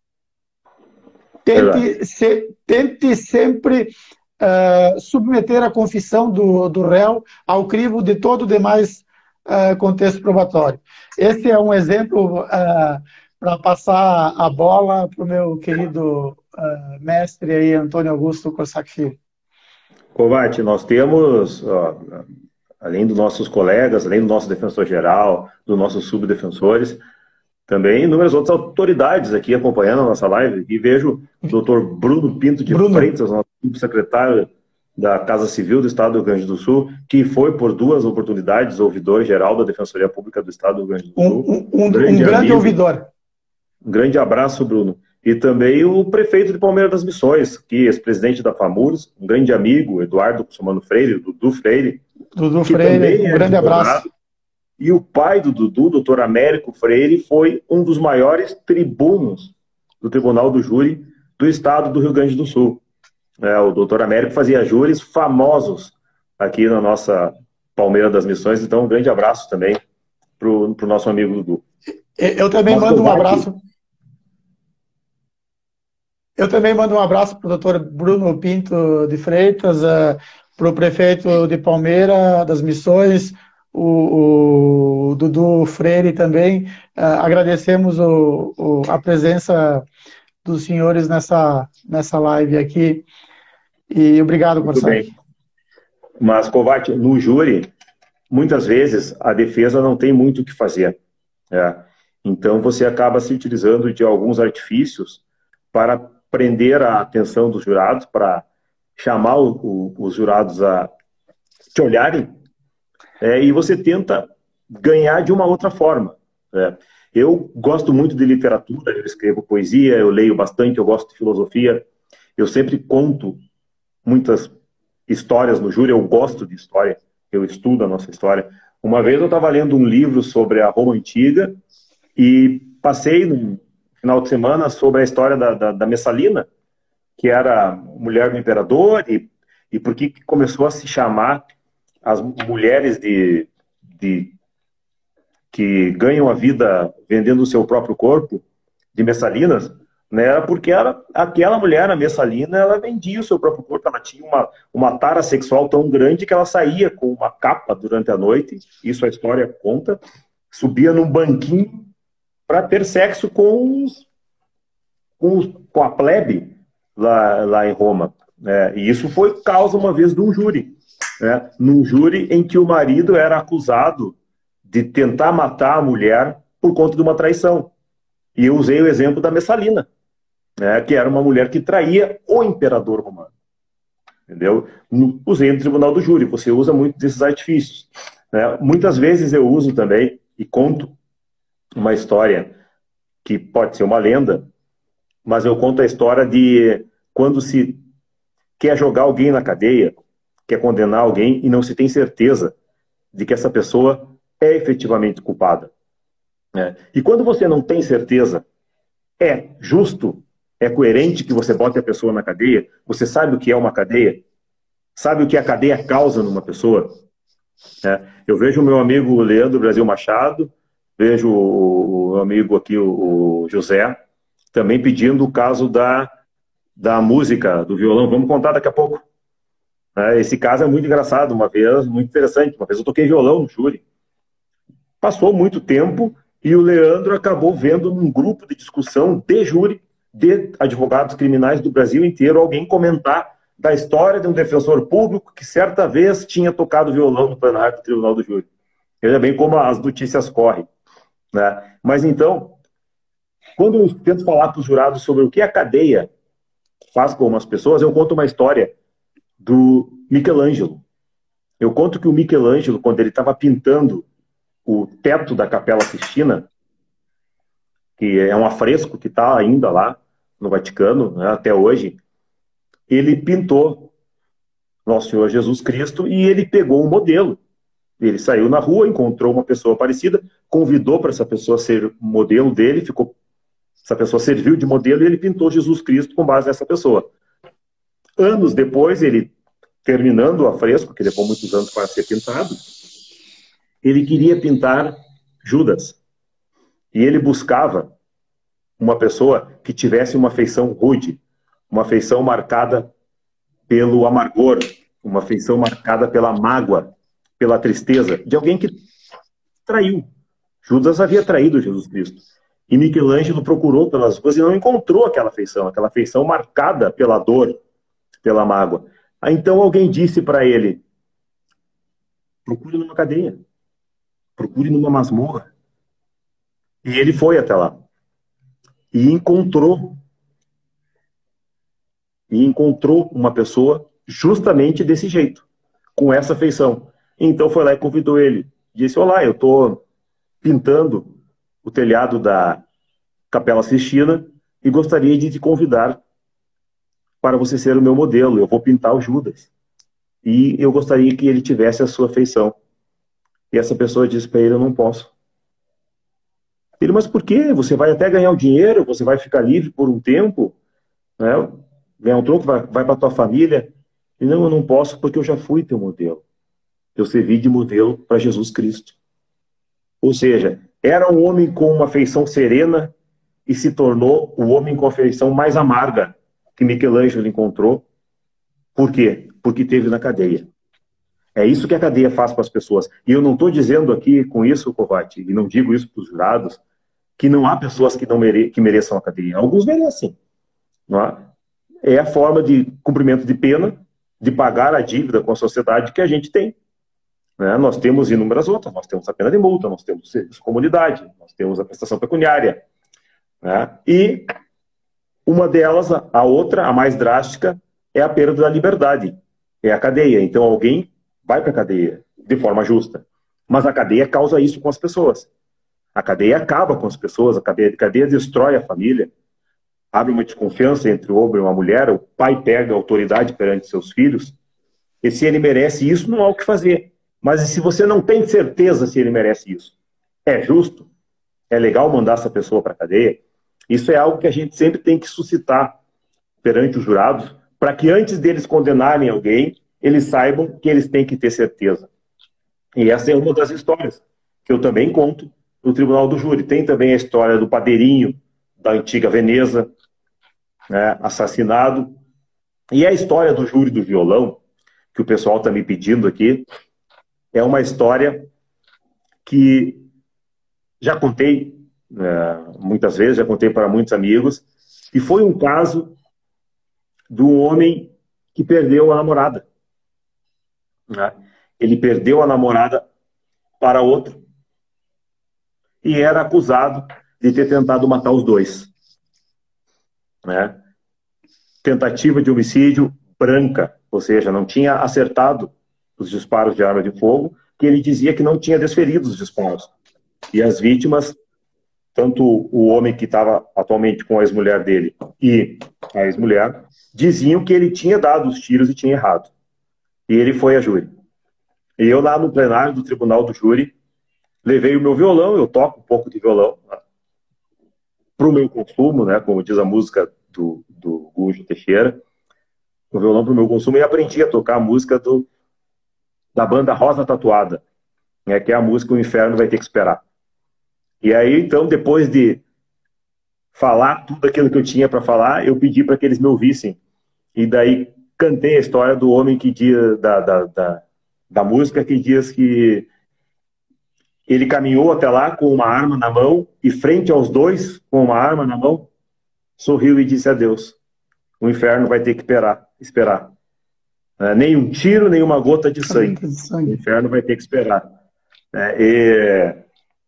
C: Tente, se, tente sempre uh, submeter a confissão do, do réu ao crivo de todo o demais uh, contexto probatório. Esse é um exemplo uh, para passar a bola para o meu querido uh, mestre aí, Antônio Augusto Corsac Filho.
B: Kovács, nós temos, ó, além dos nossos colegas, além do nosso defensor-geral, dos nossos subdefensores, também inúmeras outras autoridades aqui acompanhando a nossa live. E vejo o doutor Bruno Pinto de Bruno. Freitas, nosso subsecretário da Casa Civil do Estado do Rio Grande do Sul, que foi por duas oportunidades ouvidor-geral da Defensoria Pública do Estado do Rio Grande do Sul.
C: Um, um, um grande, um grande ouvidor.
B: Um grande abraço, Bruno. E também o prefeito de Palmeira das Missões, que é ex-presidente da FAMURS, um grande amigo, Eduardo Somano Freire, Dudu Freire.
C: Dudu Freire, um é grande abraço.
B: E o pai do Dudu, doutor Américo Freire, foi um dos maiores tribunos do Tribunal do Júri do Estado do Rio Grande do Sul. É, o doutor Américo fazia júris famosos aqui na nossa Palmeira das Missões, então um grande abraço também para o nosso amigo Dudu.
C: Eu também Nosso mando um abraço... Aqui. Eu também mando um abraço para o doutor Bruno Pinto de Freitas, uh, para o prefeito de Palmeira das Missões, o, o Dudu Freire também. Uh, agradecemos o, o, a presença dos senhores nessa, nessa live aqui. E obrigado, Corsac.
B: Muito bem. Mas, Kovács, no júri, muitas vezes a defesa não tem muito o que fazer. É. Então, você acaba se utilizando de alguns artifícios para prender a atenção dos jurados, para chamar o, o, os jurados a te olharem, é, e você tenta ganhar de uma outra forma. É. Eu gosto muito de literatura, eu escrevo poesia, eu leio bastante, eu gosto de filosofia, eu sempre conto muitas histórias no júri, eu gosto de história, eu estudo a nossa história. Uma vez eu estava lendo um livro sobre a Roma Antiga e passei no final de semana sobre a história da, da, da Messalina, que era mulher do imperador e, e por que começou a se chamar as mulheres de, de, que ganham a vida vendendo o seu próprio corpo de Messalinas, né? Era porque ela, aquela mulher, a Messalina, ela vendia o seu próprio corpo, ela tinha uma, uma tara sexual tão grande que ela saía com uma capa durante a noite, isso a história conta, subia num banquinho para ter sexo com, os, com, os, com a plebe lá, lá em Roma. Né? E isso foi causa, uma vez, de um júri. Né? Num júri em que o marido era acusado de tentar matar a mulher por conta de uma traição. E eu usei o exemplo da Messalina, né? Que era uma mulher que traía o imperador romano. Entendeu? Usei no tribunal do júri, você usa muito desses artifícios. Né? Muitas vezes eu uso também e conto uma história que pode ser uma lenda, mas eu conto a história de quando se quer jogar alguém na cadeia, quer condenar alguém e não se tem certeza de que essa pessoa é efetivamente culpada. Né? E quando você não tem certeza, é justo, é coerente que você bote a pessoa na cadeia, você sabe o que é uma cadeia, sabe o que a cadeia causa numa pessoa. Né? Eu vejo o meu amigo Leandro Brasil Machado, vejo o meu amigo aqui, o José, também pedindo o caso da, da música, do violão. Vamos contar daqui a pouco. Esse caso é muito engraçado, uma vez, muito interessante. Uma vez eu toquei violão no júri. Passou muito tempo e o Leandro acabou vendo num grupo de discussão de júri, de advogados criminais do Brasil inteiro, alguém comentar da história de um defensor público que certa vez tinha tocado violão no plenário do Tribunal do Júri. Veja bem como as notícias correm. Né? Mas então, quando eu tento falar para os jurados sobre o que a cadeia faz com as pessoas, eu conto uma história do Michelangelo. Eu conto que o Michelangelo, quando ele estava pintando o teto da Capela Sistina, que é um afresco que está ainda lá no Vaticano, né, até hoje, ele pintou Nosso Senhor Jesus Cristo e ele pegou um modelo. Ele saiu na rua, encontrou uma pessoa parecida, convidou para essa pessoa ser modelo dele, ficou, essa pessoa serviu de modelo e ele pintou Jesus Cristo com base nessa pessoa. Anos depois, ele, terminando o afresco, que levou muitos anos para ser pintado, ele queria pintar Judas. E ele buscava uma pessoa que tivesse uma feição rude, uma feição marcada pelo amargor, uma feição marcada pela mágoa, pela tristeza, de alguém que traiu. Judas havia traído Jesus Cristo. E Michelangelo procurou pelas ruas e não encontrou aquela feição, aquela feição marcada pela dor, pela mágoa. Aí, então alguém disse para ele, procure numa cadeia, procure numa masmorra. E ele foi até lá. E encontrou. E encontrou uma pessoa justamente desse jeito, com essa feição. Então foi lá e convidou ele. Disse, olá, eu estou pintando o telhado da Capela Sistina e gostaria de te convidar para você ser o meu modelo. Eu vou pintar o Judas. E eu gostaria que ele tivesse a sua feição. E essa pessoa disse para ele, eu não posso. Ele, mas por quê? Você vai até ganhar o dinheiro, você vai ficar livre por um tempo, né? Ganhar um troco, vai, vai para a tua família. Ele, não, eu não posso porque eu já fui teu modelo. Eu servi de modelo para Jesus Cristo. Ou seja, era um homem com uma feição serena e se tornou o homem com a feição mais amarga que Michelangelo encontrou. Por quê? Porque teve na cadeia. É isso que a cadeia faz para as pessoas. E eu não estou dizendo aqui com isso, Kovács, e não digo isso para os jurados, que não há pessoas que, não mere que mereçam a cadeia. Alguns merecem. Não é? É a forma de cumprimento de pena, de pagar a dívida com a sociedade que a gente tem. Né? Nós temos inúmeras outras. Nós temos a pena de multa, nós temos o serviço de comunidade, nós temos a prestação pecuniária. Né? E uma delas, a outra, a mais drástica, é a perda da liberdade. É a cadeia. Então alguém vai para a cadeia de forma justa. Mas a cadeia causa isso com as pessoas. A cadeia acaba com as pessoas, a cadeia, a cadeia destrói a família, abre uma desconfiança entre o homem e uma mulher, o pai pega a autoridade perante seus filhos, e se ele merece isso, não há o que fazer. Mas e se você não tem certeza se ele merece isso? É justo? É legal mandar essa pessoa para a cadeia? Isso é algo que a gente sempre tem que suscitar perante os jurados, para que antes deles condenarem alguém, eles saibam que eles têm que ter certeza. E essa é uma das histórias que eu também conto no Tribunal do Júri. Tem também a história do padeirinho da antiga Veneza, né, assassinado. E a história do júri do violão, que o pessoal está me pedindo aqui, é uma história que já contei é, muitas vezes, já contei para muitos amigos, e foi um caso de um homem que perdeu a namorada. Né? Ele perdeu a namorada para outro e era acusado de ter tentado matar os dois. Né? Tentativa de homicídio branca, ou seja, não tinha acertado os disparos de arma de fogo, que ele dizia que não tinha desferido os disparos. E as vítimas, tanto o homem que estava atualmente com a ex-mulher dele e a ex-mulher, diziam que ele tinha dado os tiros e tinha errado. E ele foi a júri. E eu lá no plenário do Tribunal do Júri, levei o meu violão, eu toco um pouco de violão, né, para o meu consumo, né, como diz a música do, do Gujo Teixeira, o violão para o meu consumo, e aprendi a tocar a música do, da banda Rosa Tatuada, né, que é a música O Inferno Vai Ter Que Esperar. E aí, então, depois de falar tudo aquilo que eu tinha para falar, eu pedi para que eles me ouvissem. E daí cantei a história do homem que diz, da, da, da, da música que diz que ele caminhou até lá com uma arma na mão e frente aos dois, com uma arma na mão, sorriu e disse adeus. O inferno vai ter que esperar. esperar. É, nem um tiro, nem uma gota de sangue. O inferno vai ter que esperar. É, e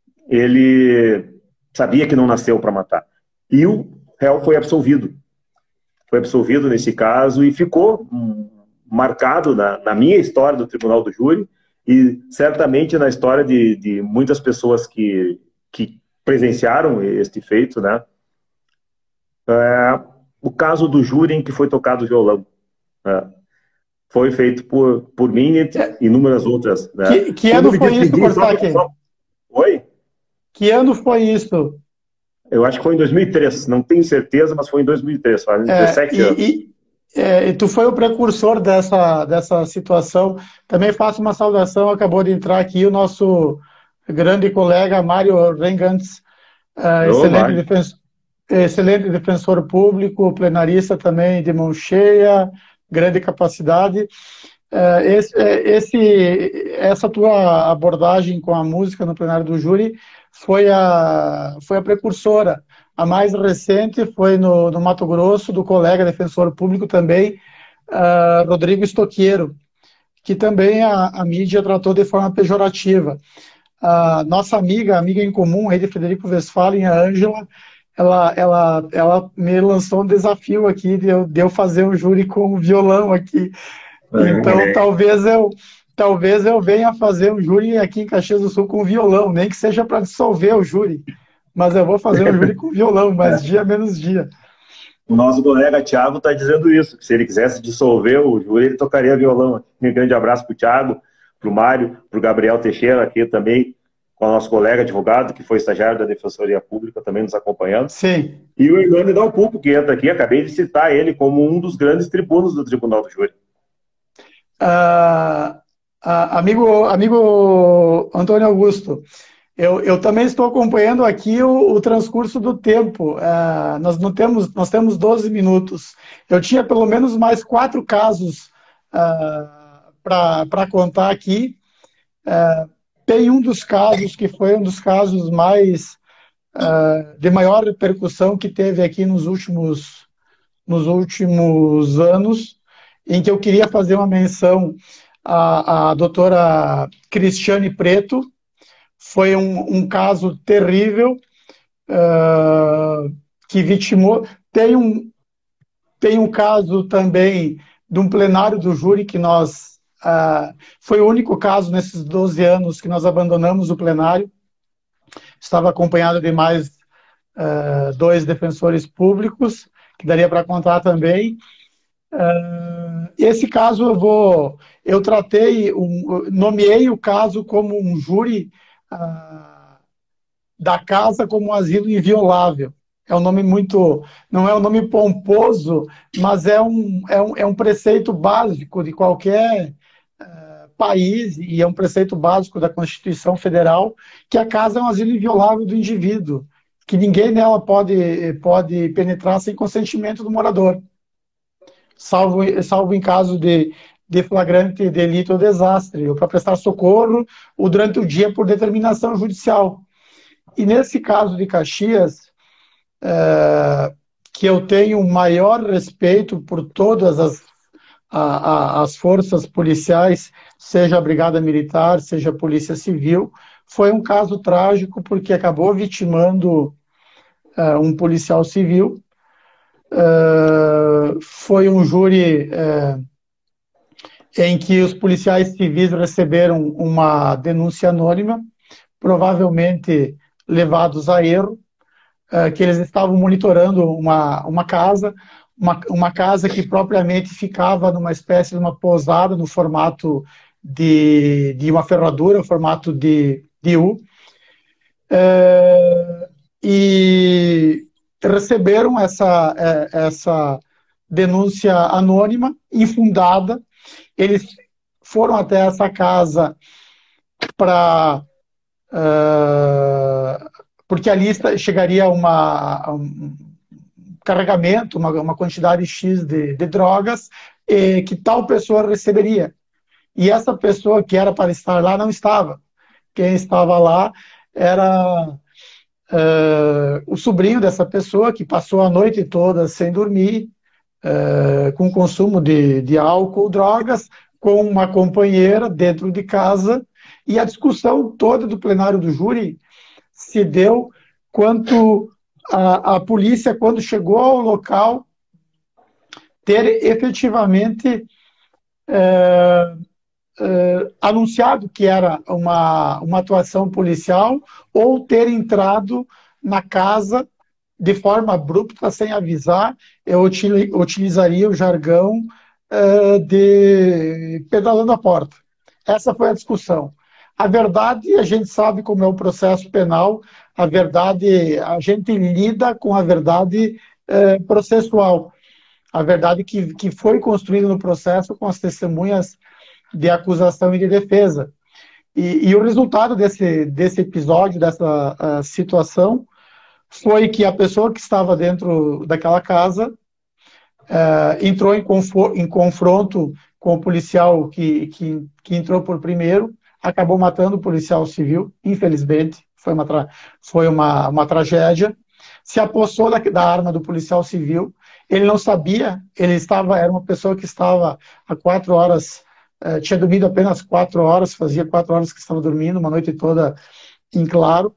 B: ele sabia que não nasceu para matar. E o réu foi absolvido. Foi absolvido nesse caso e ficou hum, marcado na, na minha história do Tribunal do Júri e certamente na história de, de muitas pessoas que, que presenciaram este feito, né? É, o caso do júri em que foi tocado o violão. Né? Foi feito por, por mim e inúmeras outras. Né?
C: Que, que ano foi isso, Corsac?
B: Só... Oi?
C: Que ano foi isso?
B: Eu acho que foi em dois mil e três, não tenho certeza, mas foi em dois mil e três, faz dezessete
C: é,
B: anos.
C: E, é, e tu foi o precursor dessa, dessa situação. Também faço uma saudação, acabou de entrar aqui o nosso grande colega Mário Rengantz, uh, excelente, defensor, excelente defensor público, plenarista também de mão cheia, grande capacidade. Uh, esse, esse, essa tua abordagem com a música no plenário do júri foi a, foi a precursora. A mais recente foi no, no Mato Grosso, do colega defensor público também, uh, Rodrigo Estoqueiro, que também a, a mídia tratou de forma pejorativa. A nossa amiga, amiga em comum, aí de Frederico Westphalen, a Ângela, ela, ela, ela me lançou um desafio aqui de eu, de eu fazer um júri com violão aqui. Então, é. talvez eu... Talvez eu venha fazer um júri aqui em Caxias do Sul com violão, nem que seja para dissolver o júri. Mas eu vou fazer um júri com violão, mas dia menos dia.
B: O nosso colega Thiago está dizendo isso, que se ele quisesse dissolver o júri, ele tocaria violão. Um grande abraço para o Thiago, para o Mário, para o Gabriel Teixeira, aqui também, com o nosso colega advogado, que foi estagiário da Defensoria Pública, também nos acompanhando.
C: Sim.
B: E o Hernani Dalpupo, que entra aqui, acabei de citar ele como um dos grandes tribunos do Tribunal do Júri.
C: Ah... Uh, amigo, amigo Antônio Augusto, eu, eu também estou acompanhando aqui o, o transcurso do tempo. Uh, nós, não temos, nós temos doze minutos. Eu tinha pelo menos mais quatro casos uh, para contar aqui. Uh, tem um dos casos que foi um dos casos mais uh, de maior repercussão que teve aqui nos últimos, nos últimos anos, em que eu queria fazer uma menção A, a doutora Cristiane Preto. Foi um, um caso terrível, uh, que vitimou. Tem um, tem um caso também de um plenário do júri que nós... Uh, foi o único caso nesses doze anos que nós abandonamos o plenário. Estava acompanhado de mais uh, dois defensores públicos, que daria para contar também. Uh, esse caso eu vou, eu tratei, um, nomeei o caso como um júri uh, da casa como um asilo inviolável. É um nome muito, não é um nome pomposo, mas é um, é um, é um preceito básico de qualquer uh, país e é um preceito básico da Constituição Federal, que a casa é um asilo inviolável do indivíduo, que ninguém nela pode, pode penetrar sem consentimento do morador, salvo, salvo em caso de, de flagrante delito ou desastre, ou para prestar socorro, ou durante o dia por determinação judicial. E nesse caso de Caxias, é, que eu tenho maior respeito por todas as, a, a, as forças policiais, seja a Brigada Militar, seja a Polícia Civil, foi um caso trágico porque acabou vitimando é, um policial civil. É, foi um júri é, em que os policiais civis receberam uma denúncia anônima, provavelmente levados a erro, que eles estavam monitorando uma, uma casa, uma, uma casa que propriamente ficava numa espécie de uma pousada no formato de, de uma ferradura, formato de, de U, é, e receberam essa, essa denúncia anônima, infundada. Eles foram até essa casa para... Uh, porque ali chegaria uma, um carregamento, uma, uma quantidade X de, de drogas e que tal pessoa receberia. E essa pessoa que era para estar lá não estava. Quem estava lá era uh, o sobrinho dessa pessoa que passou a noite toda sem dormir, uh, com consumo de, de álcool, drogas, com uma companheira dentro de casa, e a discussão toda do plenário do júri se deu quanto a, a polícia, quando chegou ao local, ter efetivamente é, é, anunciado que era uma, uma atuação policial ou ter entrado na casa de forma abrupta, sem avisar. Eu utilizaria o jargão é, de pedalando a porta. Essa foi a discussão. A verdade, a gente sabe como é o processo penal, a verdade, a gente lida com a verdade eh, processual, a verdade que, que foi construída no processo com as testemunhas de acusação e de defesa. E, e o resultado desse, desse episódio, dessa uh, situação, foi que a pessoa que estava dentro daquela casa uh, entrou em, confor- em confronto com o policial que, que, que entrou por primeiro, acabou matando o policial civil, infelizmente, foi uma, tra- foi uma, uma tragédia, se apossou da, da arma do policial civil, ele não sabia, ele estava, era uma pessoa que estava há quatro horas, eh, tinha dormido apenas quatro horas, fazia quatro horas que estava dormindo, uma noite toda em claro,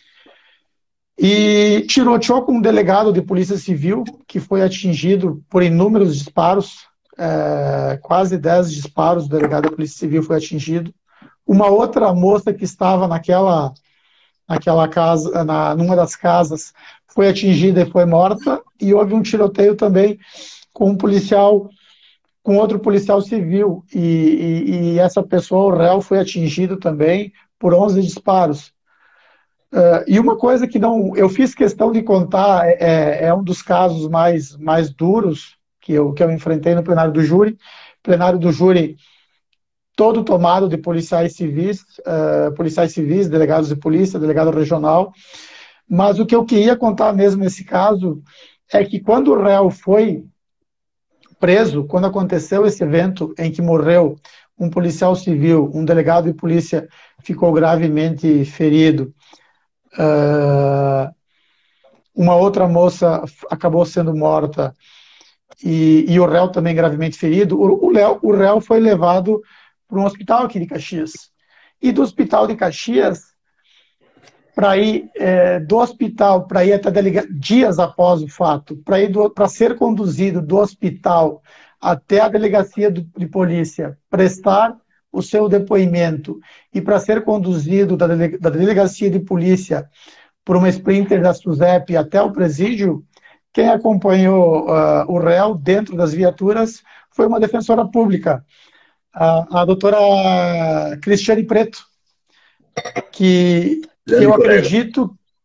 C: e tiroteou com um delegado de polícia civil, que foi atingido por inúmeros disparos, eh, quase dez disparos, o delegado da polícia civil foi atingido. Uma outra moça que estava naquela, naquela casa, na, numa das casas, foi atingida e foi morta, e houve um tiroteio também com um policial, com outro policial civil, e, e, e essa pessoa, o réu, foi atingido também por onze disparos. Uh, e uma coisa que não, eu fiz questão de contar, é, é um dos casos mais, mais duros que eu, que eu enfrentei no plenário do júri. Plenário do júri todo tomado de policiais civis, uh, policiais civis, delegados de polícia, delegado regional. Mas o que eu queria contar mesmo nesse caso é que quando o réu foi preso, quando aconteceu esse evento em que morreu um policial civil, um delegado de polícia ficou gravemente ferido, uh, uma outra moça acabou sendo morta e, e o réu também gravemente ferido, o, o, réu, o réu foi levado para um hospital aqui de Caxias. E do hospital de Caxias, para ir é, do hospital, para ir até delega... dias após o fato, para ir para ser conduzido do hospital até a delegacia do, de polícia, prestar o seu depoimento e para ser conduzido da, dele... da delegacia de polícia por uma sprinter da SUSEP até o presídio, quem acompanhou uh, o réu dentro das viaturas foi uma defensora pública, A, a doutora Cristiane Preto, que, que eu acredito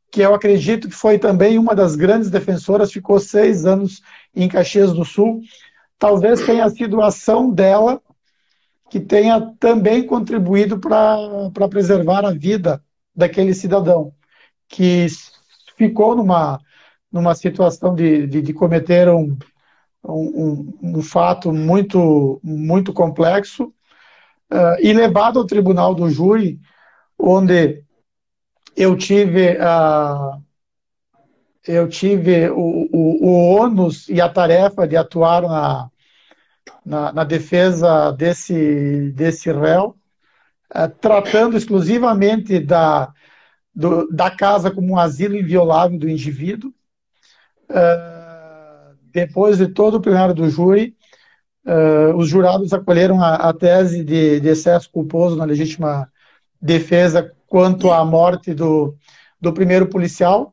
C: que eu acredito que foi também uma das grandes defensoras, ficou seis anos em Caxias do Sul. Talvez tenha sido a ação dela que tenha também contribuído para preservar a vida daquele cidadão, que ficou numa, numa situação de, de, de cometer um, um, um fato muito, muito complexo, uh, e levado ao tribunal do júri, onde eu tive, uh, eu tive o, o, o ônus e a tarefa de atuar na, na, na defesa desse, desse réu, uh, tratando exclusivamente da, do, da casa como um asilo inviolável do indivíduo. Uh, depois de todo o plenário do júri, uh, os jurados acolheram a, a tese de, de excesso culposo na legítima defesa quanto à morte do, do primeiro policial,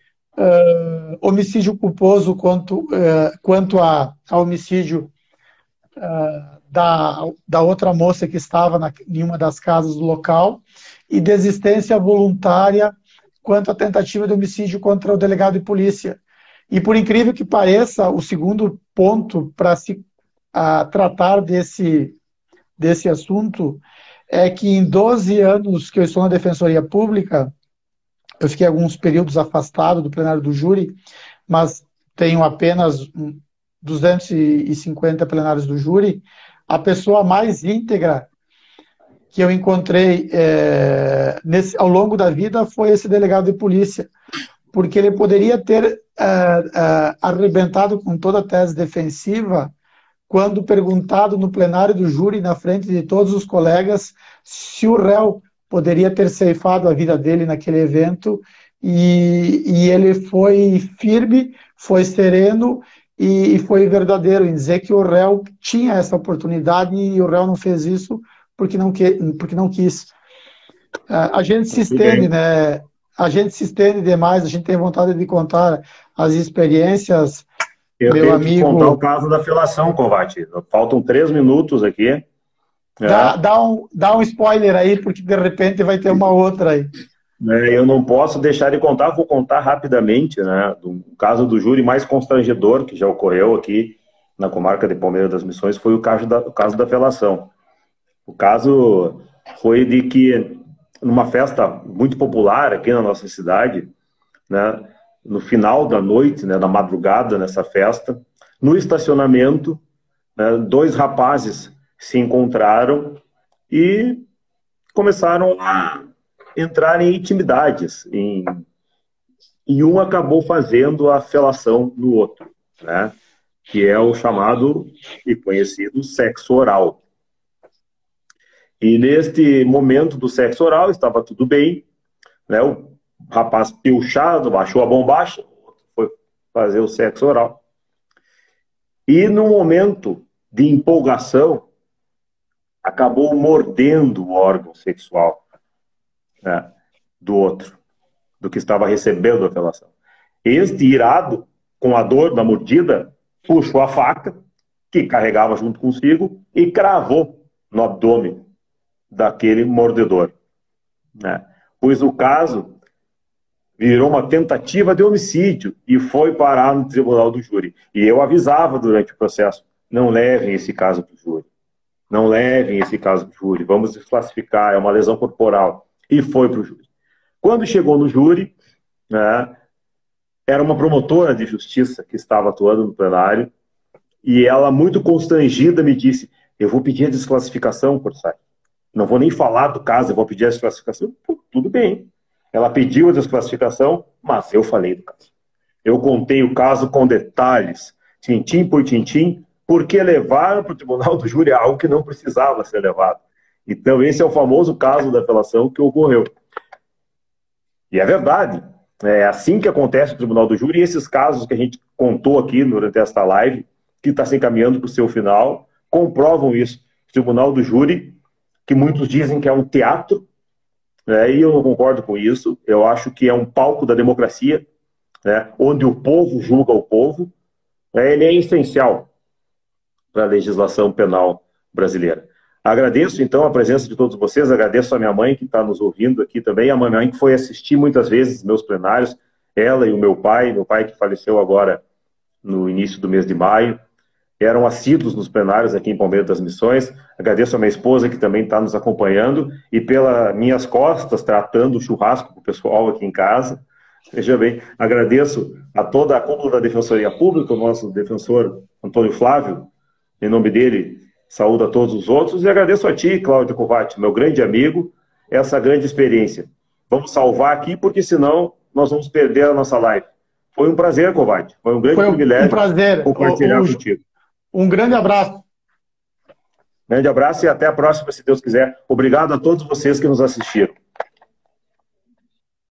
C: uh, homicídio culposo quanto, uh, quanto a, a homicídio uh, da, da outra moça que estava na, em uma das casas do local, e desistência voluntária quanto à tentativa de homicídio contra o delegado de polícia. E por incrível que pareça, o segundo ponto para se uh, tratar desse, desse assunto é que em doze anos que eu estou na Defensoria Pública, eu fiquei alguns períodos afastado do plenário do júri, mas tenho apenas duzentos e cinquenta plenários do júri. A pessoa mais íntegra que eu encontrei é, nesse, ao longo da vida foi esse delegado de polícia, porque ele poderia ter uh, uh, arrebentado com toda a tese defensiva quando perguntado no plenário do júri, na frente de todos os colegas, se o réu poderia ter ceifado a vida dele naquele evento, e, e ele foi firme, foi sereno e, e foi verdadeiro em dizer que o réu tinha essa oportunidade e o réu não fez isso porque não, que, porque não quis. Uh, a gente se estende, né? A gente se estende demais, a gente tem vontade de contar as experiências.
B: Eu
C: meu
B: tenho
C: amigo...
B: que contar o caso da felação, Kovács. Faltam três minutos aqui.
C: Dá,
B: é.
C: dá, um, dá um spoiler aí, porque de repente vai ter uma outra aí.
B: É, eu não posso deixar de contar, vou contar rapidamente, né? O caso do júri mais constrangedor que já ocorreu aqui na comarca de Palmeiras das Missões foi o caso da, o caso da felação. O caso foi de que, numa festa muito popular aqui na nossa cidade, né? No final da noite, né, da madrugada, nessa festa, no estacionamento, né, dois rapazes se encontraram e começaram a entrar em intimidades. Em... E um acabou fazendo a felação no outro, né, que é o chamado e conhecido sexo oral. E neste momento do sexo oral estava tudo bem, né, o rapaz pilchado, baixou a bombacha, foi fazer o sexo oral. E no momento de empolgação, acabou mordendo o órgão sexual, né, do outro, do que estava recebendo a felação. Este irado, com a dor da mordida, puxou a faca, que carregava junto consigo, e cravou no abdômen daquele mordedor, né? Pois o caso virou uma tentativa de homicídio e foi parar no tribunal do júri. E eu avisava durante o processo, não levem esse caso para o júri. Não levem esse caso para o júri. Vamos desclassificar, é uma lesão corporal. E foi para o júri. Quando chegou no júri, né, era uma promotora de justiça que estava atuando no plenário, e ela, muito constrangida, me disse, eu vou pedir a desclassificação, Corsai. Não vou nem falar do caso, eu vou pedir a desclassificação. Pô, tudo bem. Ela pediu a desclassificação, mas eu falei do caso. Eu contei o caso com detalhes, tintim por tintim, porque levaram para o tribunal do júri algo que não precisava ser levado. Então, esse é o famoso caso da felação que ocorreu. E é verdade. É assim que acontece no tribunal do júri, e esses casos que a gente contou aqui durante esta live, que está se encaminhando para o seu final, comprovam isso. O tribunal do júri, que muitos dizem que é um teatro, É, e eu não concordo com isso. Eu acho que é um palco da democracia, né, onde o povo julga o povo. Né, ele é essencial para a legislação penal brasileira. Agradeço, então, a presença de todos vocês, agradeço a minha mãe que está nos ouvindo aqui também, a minha mãe que foi assistir muitas vezes meus plenários, ela e o meu pai, meu pai que faleceu agora no início do mês de maio, eram assíduos nos plenários aqui em Palmeira das Missões. Agradeço a minha esposa que também está nos acompanhando e pelas minhas costas, tratando o churrasco com o pessoal aqui em casa. Veja bem, agradeço a toda a cúpula da Defensoria Pública, o nosso defensor Antônio Flávio, em nome dele, saúdo a todos os outros, e agradeço a ti, Cláudio Covatti, meu grande amigo, essa grande experiência. Vamos salvar aqui, porque senão nós vamos perder a nossa live. Foi um prazer, Covatti, foi um grande
C: Foi um,
B: privilégio
C: um prazer.
B: compartilhar
C: o, o,
B: contigo.
C: Um grande abraço.
B: Grande abraço e até a próxima, se Deus quiser. Obrigado a todos vocês que nos assistiram.